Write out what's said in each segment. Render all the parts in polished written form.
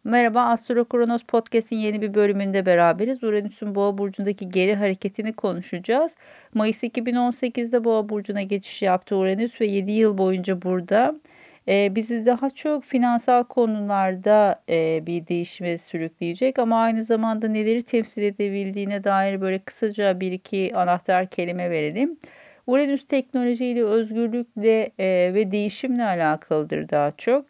Merhaba, Astro Kronos Podcast'in yeni bir bölümünde beraberiz. Uranüs'ün Boğa burcundaki geri hareketini konuşacağız. Mayıs 2018'de Boğa burcuna geçiş yaptı Uranüs ve 7 yıl boyunca burada. Bizi daha çok finansal konularda bir değişime sürükleyecek ama aynı zamanda neleri temsil edebildiğine dair böyle kısaca bir iki anahtar kelime verelim. Uranüs teknolojiyle, özgürlükle ve değişimle alakalıdır daha çok.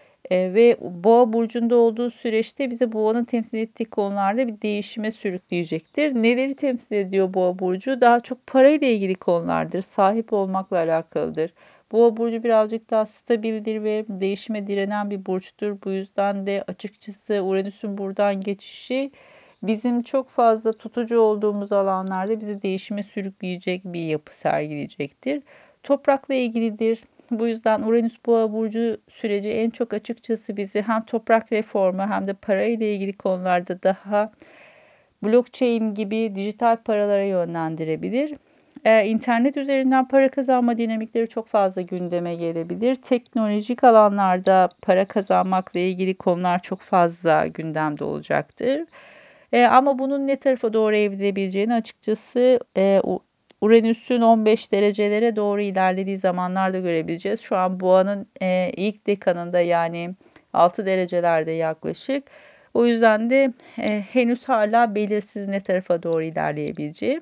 Ve Boğa burcunda olduğu süreçte bize Boğa'nın temsil ettiği konularda bir değişime sürükleyecektir. Neleri temsil ediyor Boğa burcu? Daha çok parayla ilgili konulardır. Sahip olmakla alakalıdır. Boğa burcu birazcık daha stabildir ve değişime direnen bir burçtur. Bu yüzden de açıkçası Uranüs'ün buradan geçişi bizim çok fazla tutucu olduğumuz alanlarda bizi değişime sürükleyecek bir yapı sergileyecektir. Toprakla ilgilidir. Bu yüzden Uranüs Boğa burcu süreci en çok açıkçası bizi hem toprak reformu hem de parayla ilgili konularda daha blockchain gibi dijital paralara yönlendirebilir. İnternet üzerinden para kazanma dinamikleri çok fazla gündeme gelebilir. Teknolojik alanlarda para kazanmakla ilgili konular çok fazla gündemde olacaktır. Ama bunun ne tarafa doğru evrilebileceğini açıkçası Uranüs'ün 15 derecelere doğru ilerlediği zamanlarda görebileceğiz. Şu an Boğa'nın ilk dekanında yani 6 derecelerde yaklaşık. O yüzden de henüz hala belirsiz ne tarafa doğru ilerleyebileceği.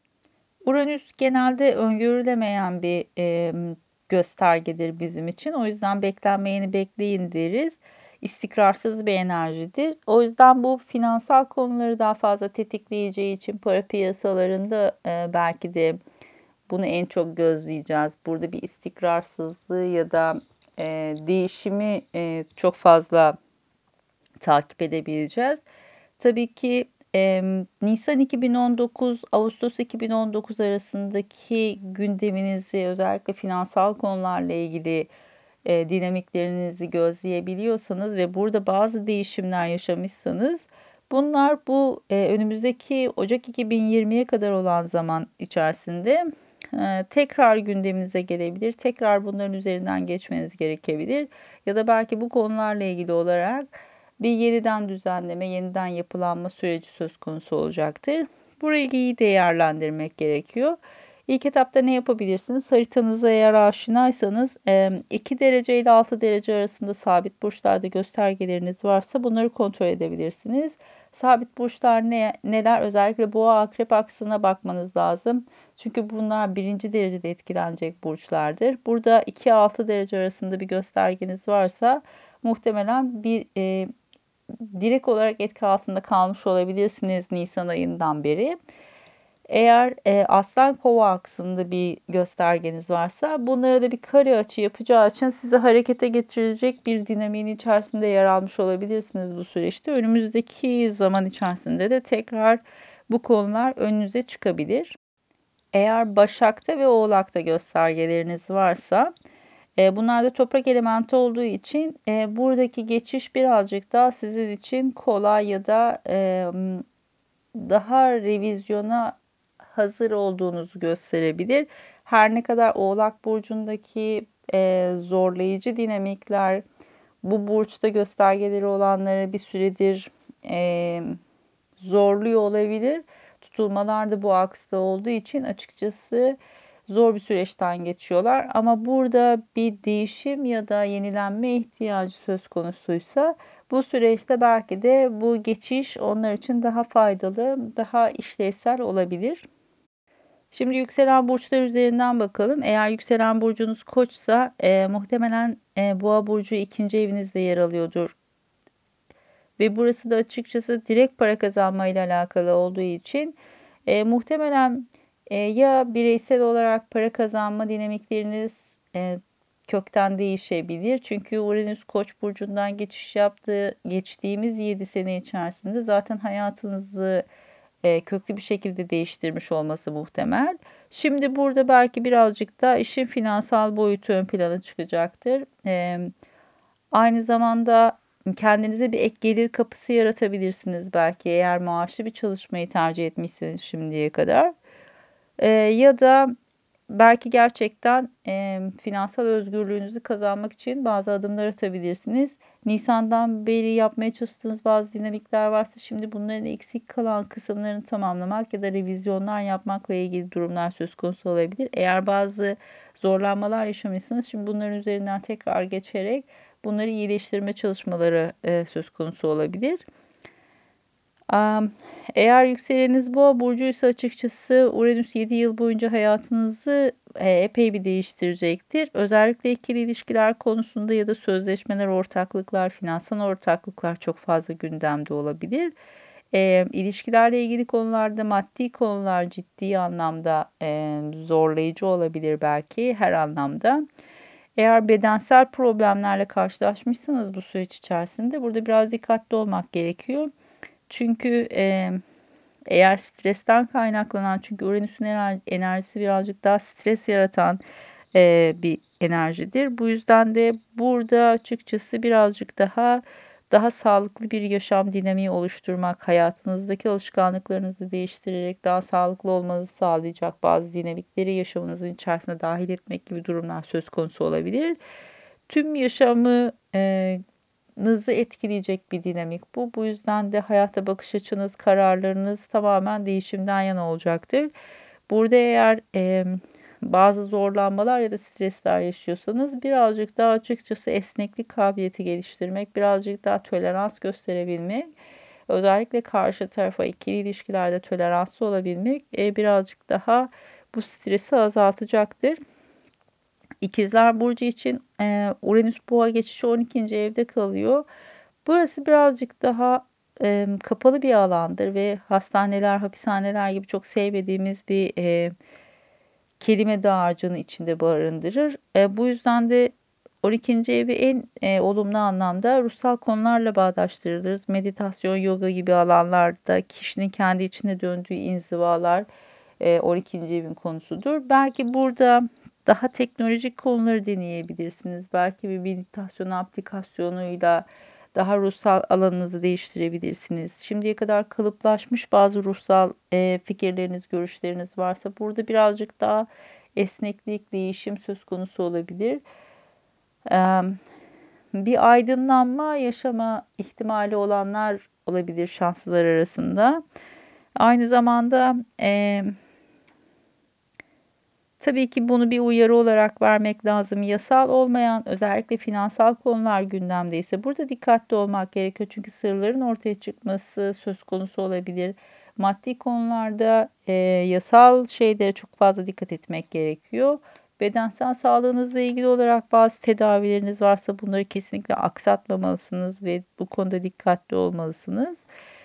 Uranüs genelde öngörülemeyen bir göstergedir bizim için. O yüzden beklenmeyeni bekleyin deriz. İstikrarsız bir enerjidir. O yüzden bu finansal konuları daha fazla tetikleyeceği için para piyasalarında belki de bunu en çok gözleyeceğiz. Burada bir istikrarsızlığı ya da değişimi çok fazla takip edebileceğiz. Tabii ki Nisan 2019, Ağustos 2019 arasındaki gündeminizi özellikle finansal konularla ilgili dinamiklerinizi gözleyebiliyorsanız ve burada bazı değişimler yaşamışsanız bunlar bu önümüzdeki Ocak 2020'ye kadar olan zaman içerisinde tekrar gündeminize gelebilir. Tekrar bunların üzerinden geçmeniz gerekebilir. Ya da belki bu konularla ilgili olarak bir yeniden düzenleme, yeniden yapılanma süreci söz konusu olacaktır. Burayı iyi değerlendirmek gerekiyor. İlk etapta ne yapabilirsiniz? Haritanıza eğer aşinaysanız 2 derece ile 6 derece arasında sabit burçlarda göstergeleriniz varsa bunları kontrol edebilirsiniz. Sabit burçlar neler? Özellikle boğa akrep aksına bakmanız lazım. Çünkü bunlar birinci derecede etkilenecek burçlardır. Burada 2-6 derece arasında bir göstergeniz varsa muhtemelen bir direkt olarak etki altında kalmış olabilirsiniz Nisan ayından beri. Eğer Aslan Kova aksında bir göstergeniz varsa bunlara da bir kare açı yapacağı için sizi harekete getirecek bir dinamiğin içerisinde yer almış olabilirsiniz bu süreçte. Önümüzdeki zaman içerisinde de tekrar bu konular önünüze çıkabilir. Eğer Başak'ta ve Oğlak'ta göstergeleriniz varsa bunlar da toprak elementi olduğu için buradaki geçiş birazcık daha sizin için kolay ya da daha revizyona hazır olduğunuzu gösterebilir. Her ne kadar Oğlak burcundaki zorlayıcı dinamikler bu burçta göstergeleri olanları bir süredir zorluyor olabilir. Tutulmalar da bu aksta olduğu için açıkçası zor bir süreçten geçiyorlar. Ama burada bir değişim ya da yenilenme ihtiyacı söz konusuysa bu süreçte belki de bu geçiş onlar için daha faydalı, daha işlevsel olabilir. Şimdi yükselen burçlar üzerinden bakalım. Eğer yükselen burcunuz Koçsa muhtemelen Boğa burcu ikinci evinizde yer alıyordur. Ve burası da açıkçası direkt para kazanma ile alakalı olduğu için muhtemelen ya bireysel olarak para kazanma dinamikleriniz kökten değişebilir. Çünkü Uranüs Koç burcundan geçiş yaptığı geçtiğimiz 7 sene içerisinde zaten hayatınızı köklü bir şekilde değiştirmiş olması muhtemel. Şimdi burada belki birazcık da işin finansal boyutu ön plana çıkacaktır. Aynı zamanda kendinize bir ek gelir kapısı yaratabilirsiniz belki eğer maaşlı bir çalışmayı tercih etmişsiniz şimdiye kadar. Ya da belki gerçekten finansal özgürlüğünüzü kazanmak için bazı adımlar atabilirsiniz. Nisan'dan beri yapmaya çalıştığınız bazı dinamikler varsa şimdi bunların eksik kalan kısımlarını tamamlamak ya da revizyonlar yapmakla ilgili durumlar söz konusu olabilir. Eğer bazı zorlanmalar yaşamışsınız, şimdi bunların üzerinden tekrar geçerek bunları iyileştirme çalışmaları söz konusu olabilir. Eğer yükseleniniz Boğa burcuysa açıkçası Uranüs 7 yıl boyunca hayatınızı epey bir değiştirecektir. Özellikle ikili ilişkiler konusunda ya da sözleşmeler, ortaklıklar, finansal ortaklıklar çok fazla gündemde olabilir. İlişkilerle ilgili konularda maddi konular ciddi anlamda zorlayıcı olabilir belki her anlamda. Eğer bedensel problemlerle karşılaşmışsınız bu süreç içerisinde burada biraz dikkatli olmak gerekiyor. Çünkü eğer stresten kaynaklanan, çünkü Uranüs'ün enerjisi birazcık daha stres yaratan bir enerjidir. Bu yüzden de burada açıkçası birazcık daha sağlıklı bir yaşam dinamiği oluşturmak, hayatınızdaki alışkanlıklarınızı değiştirerek daha sağlıklı olmanızı sağlayacak bazı dinamikleri yaşamınızın içerisine dahil etmek gibi durumlar söz konusu olabilir. Tüm yaşamı nızı etkileyecek bir dinamik bu. Bu yüzden de hayata bakış açınız, kararlarınız tamamen değişimden yana olacaktır. Burada eğer bazı zorlanmalar ya da stresler yaşıyorsanız birazcık daha açıkçası esneklik kabiliyeti geliştirmek, birazcık daha tolerans gösterebilmek, özellikle karşı tarafa ikili ilişkilerde toleranslı olabilmek birazcık daha bu stresi azaltacaktır. İkizler Burcu için Uranüs Boğa geçişi 12. evde kalıyor. Burası birazcık daha kapalı bir alandır ve hastaneler, hapishaneler gibi çok sevmediğimiz bir kelime dağarcığını içinde barındırır. Bu yüzden de 12. evi en olumlu anlamda ruhsal konularla bağdaştırılır. Meditasyon, yoga gibi alanlarda kişinin kendi içine döndüğü inzivalar 12. evin konusudur. Belki burada daha teknolojik konuları deneyebilirsiniz. Belki bir meditasyon aplikasyonuyla daha ruhsal alanınızı değiştirebilirsiniz. Şimdiye kadar kalıplaşmış bazı ruhsal fikirleriniz, görüşleriniz varsa burada birazcık daha esneklik, değişim söz konusu olabilir. Bir aydınlanma yaşama ihtimali olanlar olabilir şanslılar arasında. Aynı zamanda tabii ki bunu bir uyarı olarak vermek lazım. Yasal olmayan özellikle finansal konular gündemdeyse burada dikkatli olmak gerekiyor. Çünkü sırların ortaya çıkması söz konusu olabilir. Maddi konularda yasal şeylere çok fazla dikkat etmek gerekiyor. Bedensel sağlığınızla ilgili olarak bazı tedavileriniz varsa bunları kesinlikle aksatmamalısınız ve bu konuda dikkatli olmalısınız.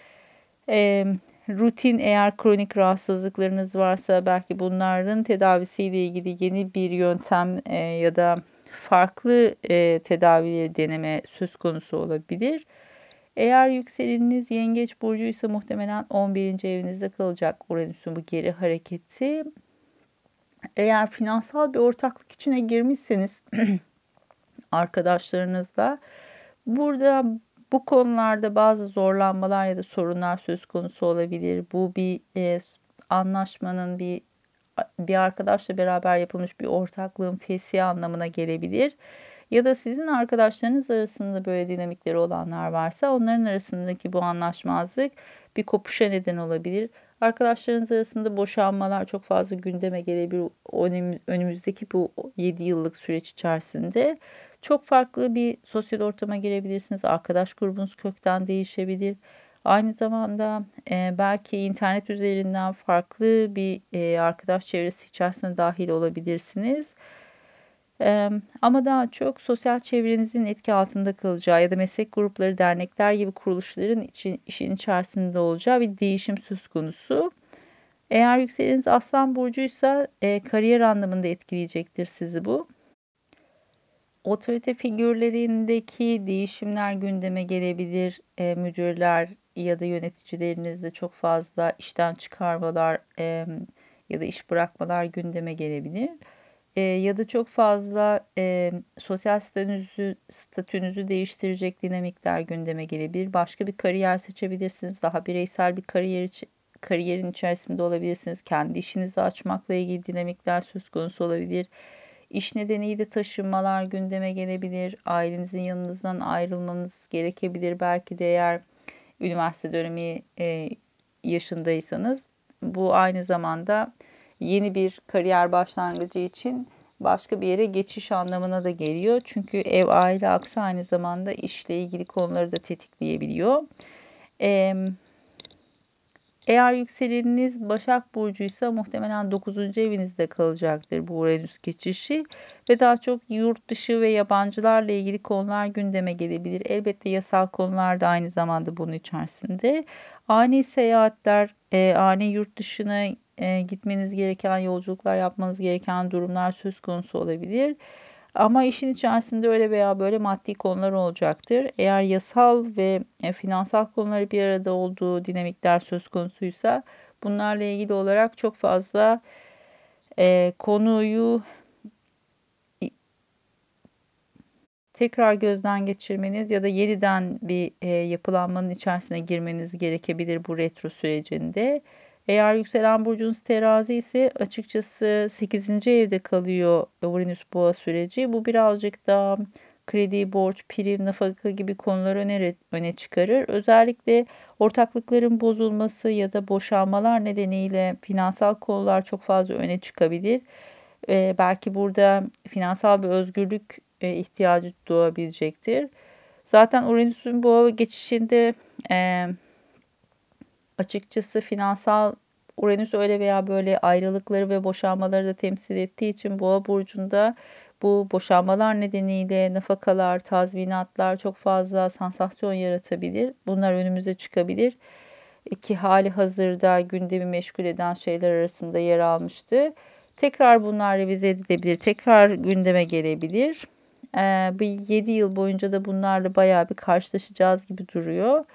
Rutin, eğer kronik rahatsızlıklarınız varsa belki bunların tedavisiyle ilgili yeni bir yöntem ya da farklı tedavi deneme söz konusu olabilir. Eğer yükseleniniz Yengeç burcuysa muhtemelen 11. evinizde kalacak Uranüs'ün bu geri hareketi. Eğer finansal bir ortaklık içine girmişseniz arkadaşlarınızla burada bu konularda bazı zorlanmalar ya da sorunlar söz konusu olabilir. Bu bir anlaşmanın bir arkadaşla beraber yapılmış bir ortaklığın fesih anlamına gelebilir. Ya da sizin arkadaşlarınız arasında böyle dinamikleri olanlar varsa onların arasındaki bu anlaşmazlık bir kopuşa neden olabilir. Arkadaşlarınız arasında boşanmalar çok fazla gündeme gelebilir önümüzdeki bu 7 yıllık süreç içerisinde. Çok farklı bir sosyal ortama girebilirsiniz. Arkadaş grubunuz kökten değişebilir. Aynı zamanda belki internet üzerinden farklı bir arkadaş çevresi içerisine dahil olabilirsiniz. Ama daha çok sosyal çevrenizin etki altında kalacağı ya da meslek grupları, dernekler gibi kuruluşların işin içerisinde olacağı bir değişim söz konusu. Eğer yükseleniniz Aslan burcuysa kariyer anlamında etkileyecektir sizi bu. Otorite figürlerindeki değişimler gündeme gelebilir. Müdürler ya da yöneticilerinizde çok fazla işten çıkarmalar ya da iş bırakmalar gündeme gelebilir. Ya da çok fazla sosyal statünüzü değiştirecek dinamikler gündeme gelebilir. Başka bir kariyer seçebilirsiniz. Daha bireysel bir kariyerin içerisinde olabilirsiniz. Kendi işinizi açmakla ilgili dinamikler söz konusu olabilir. İş nedeniyle taşınmalar gündeme gelebilir. Ailenizin yanınızdan ayrılmanız gerekebilir. Belki de eğer üniversite dönemi yaşındaysanız bu aynı zamanda yeni bir kariyer başlangıcı için başka bir yere geçiş anlamına da geliyor. Çünkü ev aile aksı aynı zamanda işle ilgili konuları da tetikleyebiliyor. Eğer yükseleniniz Başak Burcu'ysa muhtemelen 9. evinizde kalacaktır bu Uranüs geçişi ve daha çok yurt dışı ve yabancılarla ilgili konular gündeme gelebilir. Elbette yasal konular da aynı zamanda bunun içerisinde. Ani seyahatler, ani yurt dışına gitmeniz gereken, yolculuklar yapmanız gereken durumlar söz konusu olabilir. Ama işin içerisinde öyle veya böyle maddi konular olacaktır. Eğer yasal ve finansal konuları bir arada olduğu dinamikler söz konusuysa bunlarla ilgili olarak çok fazla konuyu tekrar gözden geçirmeniz ya da yeniden bir yapılanmanın içerisine girmeniz gerekebilir bu retro sürecinde. Eğer yükselen burcunuz terazi ise açıkçası 8. evde kalıyor Uranüs boğa süreci. Bu birazcık daha kredi, borç, prim, nafaka gibi konuları öne çıkarır. Özellikle ortaklıkların bozulması ya da boşanmalar nedeniyle finansal konular çok fazla öne çıkabilir. Belki burada finansal bir özgürlük ihtiyacı doğabilecektir. Zaten Uranüs'ün boğa geçişinde e, açıkçası finansal Uranüs öyle veya böyle ayrılıkları ve boşanmaları da temsil ettiği için boğa burcunda bu boşanmalar nedeniyle nafakalar, tazminatlar çok fazla sansasyon yaratabilir. Bunlar önümüze çıkabilir. Ki hali hazırda gündemi meşgul eden şeyler arasında yer almıştı. Tekrar bunlar revize edilebilir, tekrar gündeme gelebilir. Bir 7 yıl boyunca da bunlarla bayağı bir karşılaşacağız gibi duruyor.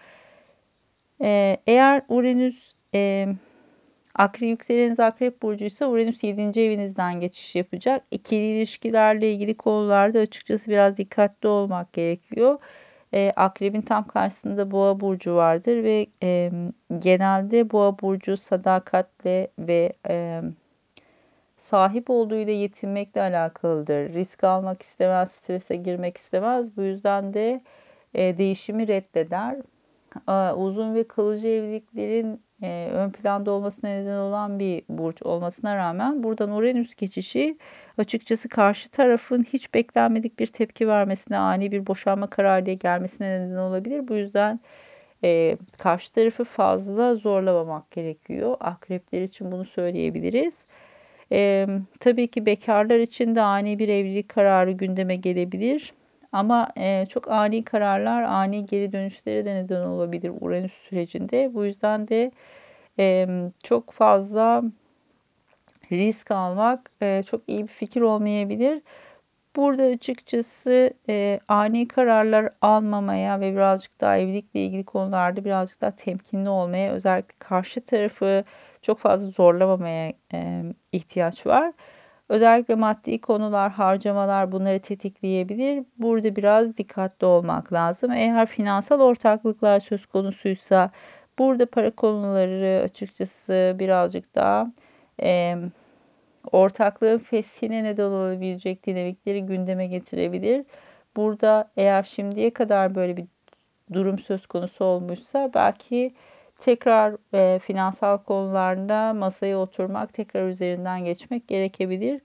Eğer Uranüs yükseleniniz Akrep Burcu'ysa Uranüs 7. evinizden geçiş yapacak. İkili ilişkilerle ilgili konularda açıkçası biraz dikkatli olmak gerekiyor. Akrebin tam karşısında Boğa Burcu vardır ve genelde Boğa Burcu sadakatle ve sahip olduğuyla yetinmekle alakalıdır. Risk almak istemez, strese girmek istemez. Bu yüzden de değişimi reddeder. Uzun ve kalıcı evliliklerin ön planda olmasına neden olan bir burç olmasına rağmen buradan Uranüs geçişi açıkçası karşı tarafın hiç beklenmedik bir tepki vermesine, ani bir boşanma kararıyla gelmesine neden olabilir. Bu yüzden karşı tarafı fazla zorlamamak gerekiyor. Akrepler için bunu söyleyebiliriz. Tabii ki bekarlar için de ani bir evlilik kararı gündeme gelebilir. Ama çok ani kararlar, ani geri dönüşlere de neden olabilir Uranüs sürecinde. Bu yüzden de çok fazla risk almak çok iyi bir fikir olmayabilir. Burada açıkçası ani kararlar almamaya ve birazcık daha evlilikle ilgili konularda birazcık daha temkinli olmaya, özellikle karşı tarafı çok fazla zorlamamaya ihtiyaç var. Özellikle maddi konular, harcamalar bunları tetikleyebilir. Burada biraz dikkatli olmak lazım. Eğer finansal ortaklıklar söz konusuysa burada para konuları açıkçası birazcık daha ortaklığın feshine neden olabilecek dinamikleri gündeme getirebilir. Burada eğer şimdiye kadar böyle bir durum söz konusu olmuşsa belki tekrar finansal konularda masaya oturmak, tekrar üzerinden geçmek gerekebilir.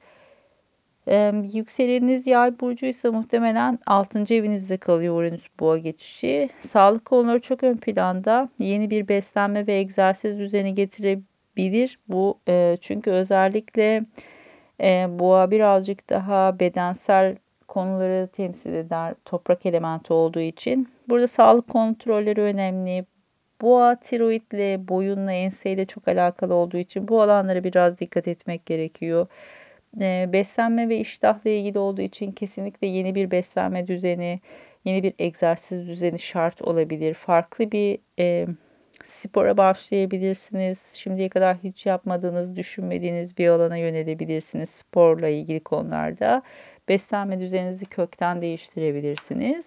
Yükseleniniz Yay burcuysa muhtemelen 6. evinizde kalıyor Uranüs Boğa geçişi. Sağlık konuları çok ön planda. Yeni bir beslenme ve egzersiz düzeni getirebilir. Bu çünkü özellikle Boğa birazcık daha bedensel konuları temsil eder. Toprak elementi olduğu için. Burada sağlık kontrolleri önemli. Boğa tiroidle, boyunla, enseyle çok alakalı olduğu için bu alanlara biraz dikkat etmek gerekiyor. Beslenme ve iştahla ilgili olduğu için kesinlikle yeni bir beslenme düzeni, yeni bir egzersiz düzeni şart olabilir. Farklı bir spora başlayabilirsiniz. Şimdiye kadar hiç yapmadığınız, düşünmediğiniz bir alana yönelebilirsiniz sporla ilgili konularda. Beslenme düzeninizi kökten değiştirebilirsiniz.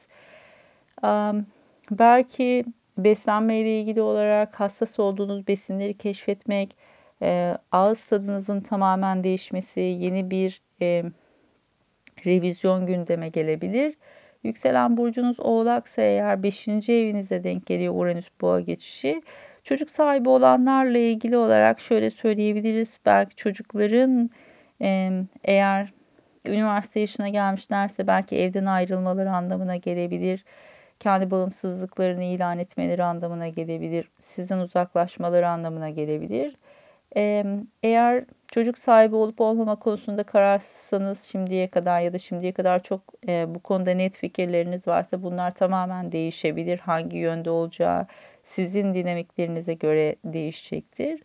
Belki beslenme ile ilgili olarak hassas olduğunuz besinleri keşfetmek, ağız tadınızın tamamen değişmesi, yeni bir revizyon gündeme gelebilir. Yükselen burcunuz Oğlaksa eğer 5. evinize denk geliyor Uranüs Boğa geçişi. Çocuk sahibi olanlarla ilgili olarak şöyle söyleyebiliriz. Belki çocukların eğer üniversite yaşına gelmişlerse belki evden ayrılmaları anlamına gelebilir. Kendi bağımsızlıklarını ilan etmeleri anlamına gelebilir. Sizden uzaklaşmaları anlamına gelebilir. Eğer çocuk sahibi olup olmama konusunda kararsızsanız şimdiye kadar ya da şimdiye kadar çok bu konuda net fikirleriniz varsa bunlar tamamen değişebilir. Hangi yönde olacağı sizin dinamiklerinize göre değişecektir.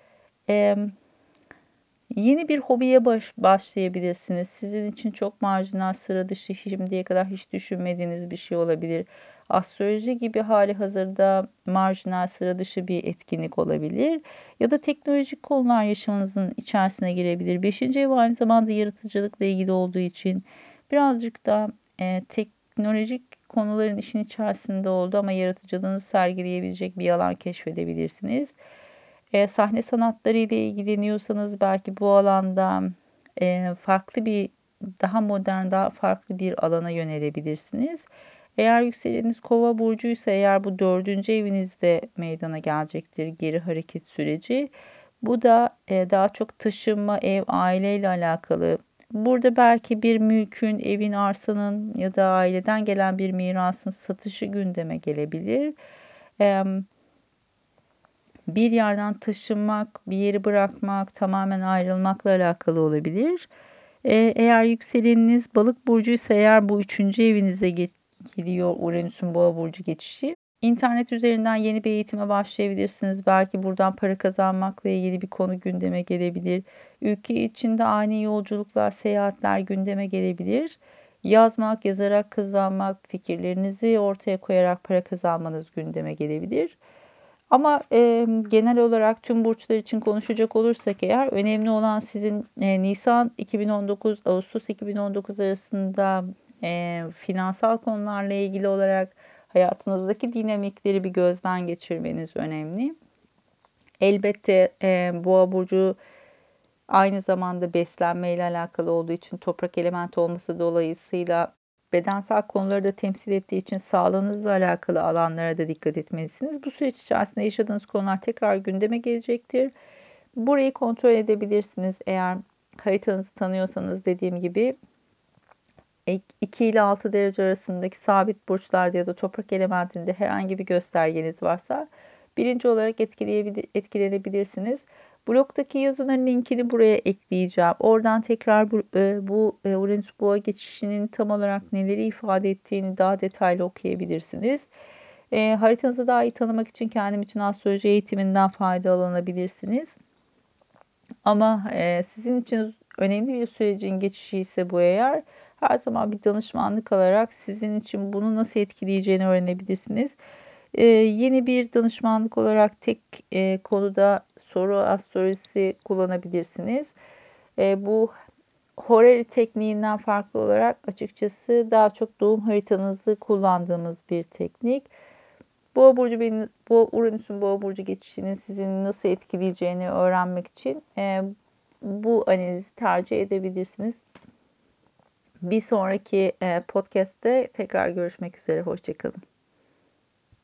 Yeni bir hobiye başlayabilirsiniz. Sizin için çok marjinal, sıra dışı, şimdiye kadar hiç düşünmediğiniz bir şey olabilir. Astroloji gibi hali hazırda marjinal, sıra dışı bir etkinlik olabilir. Ya da teknolojik konular yaşamınızın içerisine girebilir. 5. ev aynı zamanda yaratıcılıkla ilgili olduğu için birazcık da teknolojik konuların işin içerisinde oldu ama yaratıcılığınızı sergileyebilecek bir alan keşfedebilirsiniz. Sahne sanatları ile ilgileniyorsanız belki bu alanda farklı bir, daha modern, daha farklı bir alana yönelebilirsiniz. Eğer yükseleniniz Kova burcuysa eğer bu 4. evinizde meydana gelecektir geri hareket süreci. Bu da daha çok taşınma, ev, aileyle alakalı. Burada belki bir mülkün, evin, arsanın ya da aileden gelen bir mirasın satışı gündeme gelebilir. Bir yerden taşınmak, bir yeri bırakmak, tamamen ayrılmakla alakalı olabilir. Eğer yükseleniniz balık burcuysa eğer bu 3. evinize geliyor Uranüs'ün boğa burcu geçişi. İnternet üzerinden yeni bir eğitime başlayabilirsiniz. Belki buradan para kazanmakla ilgili bir konu gündeme gelebilir. Ülke içinde ani yolculuklar, seyahatler gündeme gelebilir. Yazmak, yazarak kazanmak, fikirlerinizi ortaya koyarak para kazanmanız gündeme gelebilir. Ama genel olarak tüm burçlar için konuşacak olursak eğer önemli olan sizin Nisan 2019, Ağustos 2019 arasında finansal konularla ilgili olarak hayatınızdaki dinamikleri bir gözden geçirmeniz önemli. Elbette Boğa burcu aynı zamanda beslenme ile alakalı olduğu için toprak elementi olması dolayısıyla bedensel konuları da temsil ettiği için sağlığınızla alakalı alanlara da dikkat etmelisiniz. Bu süreç içerisinde yaşadığınız konular tekrar gündeme gelecektir. Burayı kontrol edebilirsiniz. Eğer haritanızı tanıyorsanız dediğim gibi 2 ile 6 derece arasındaki sabit burçlarda ya da toprak elementinde herhangi bir göstergeniz varsa birinci olarak etkilenebilirsiniz. Blogdaki yazıların linkini buraya ekleyeceğim. Oradan tekrar bu Uranüs Boğa geçişinin tam olarak neleri ifade ettiğini daha detaylı okuyabilirsiniz. Haritanızı daha iyi tanımak için kendim için astroloji eğitiminden faydalanabilirsiniz. Ama sizin için önemli bir sürecin geçişi ise bu eğer her zaman bir danışmanlık alarak sizin için bunu nasıl etkileyeceğini öğrenebilirsiniz. Yeni bir danışmanlık olarak tek konuda soru astrolojisi kullanabilirsiniz. Bu Horary tekniğinden farklı olarak açıkçası daha çok doğum haritanızı kullandığımız bir teknik. Boğa burcu bu Uranüs'ün Boğa burcu geçişinin sizin nasıl etkileyeceğini öğrenmek için bu analizi tercih edebilirsiniz. Bir sonraki podcast'te tekrar görüşmek üzere. Hoşça kalın.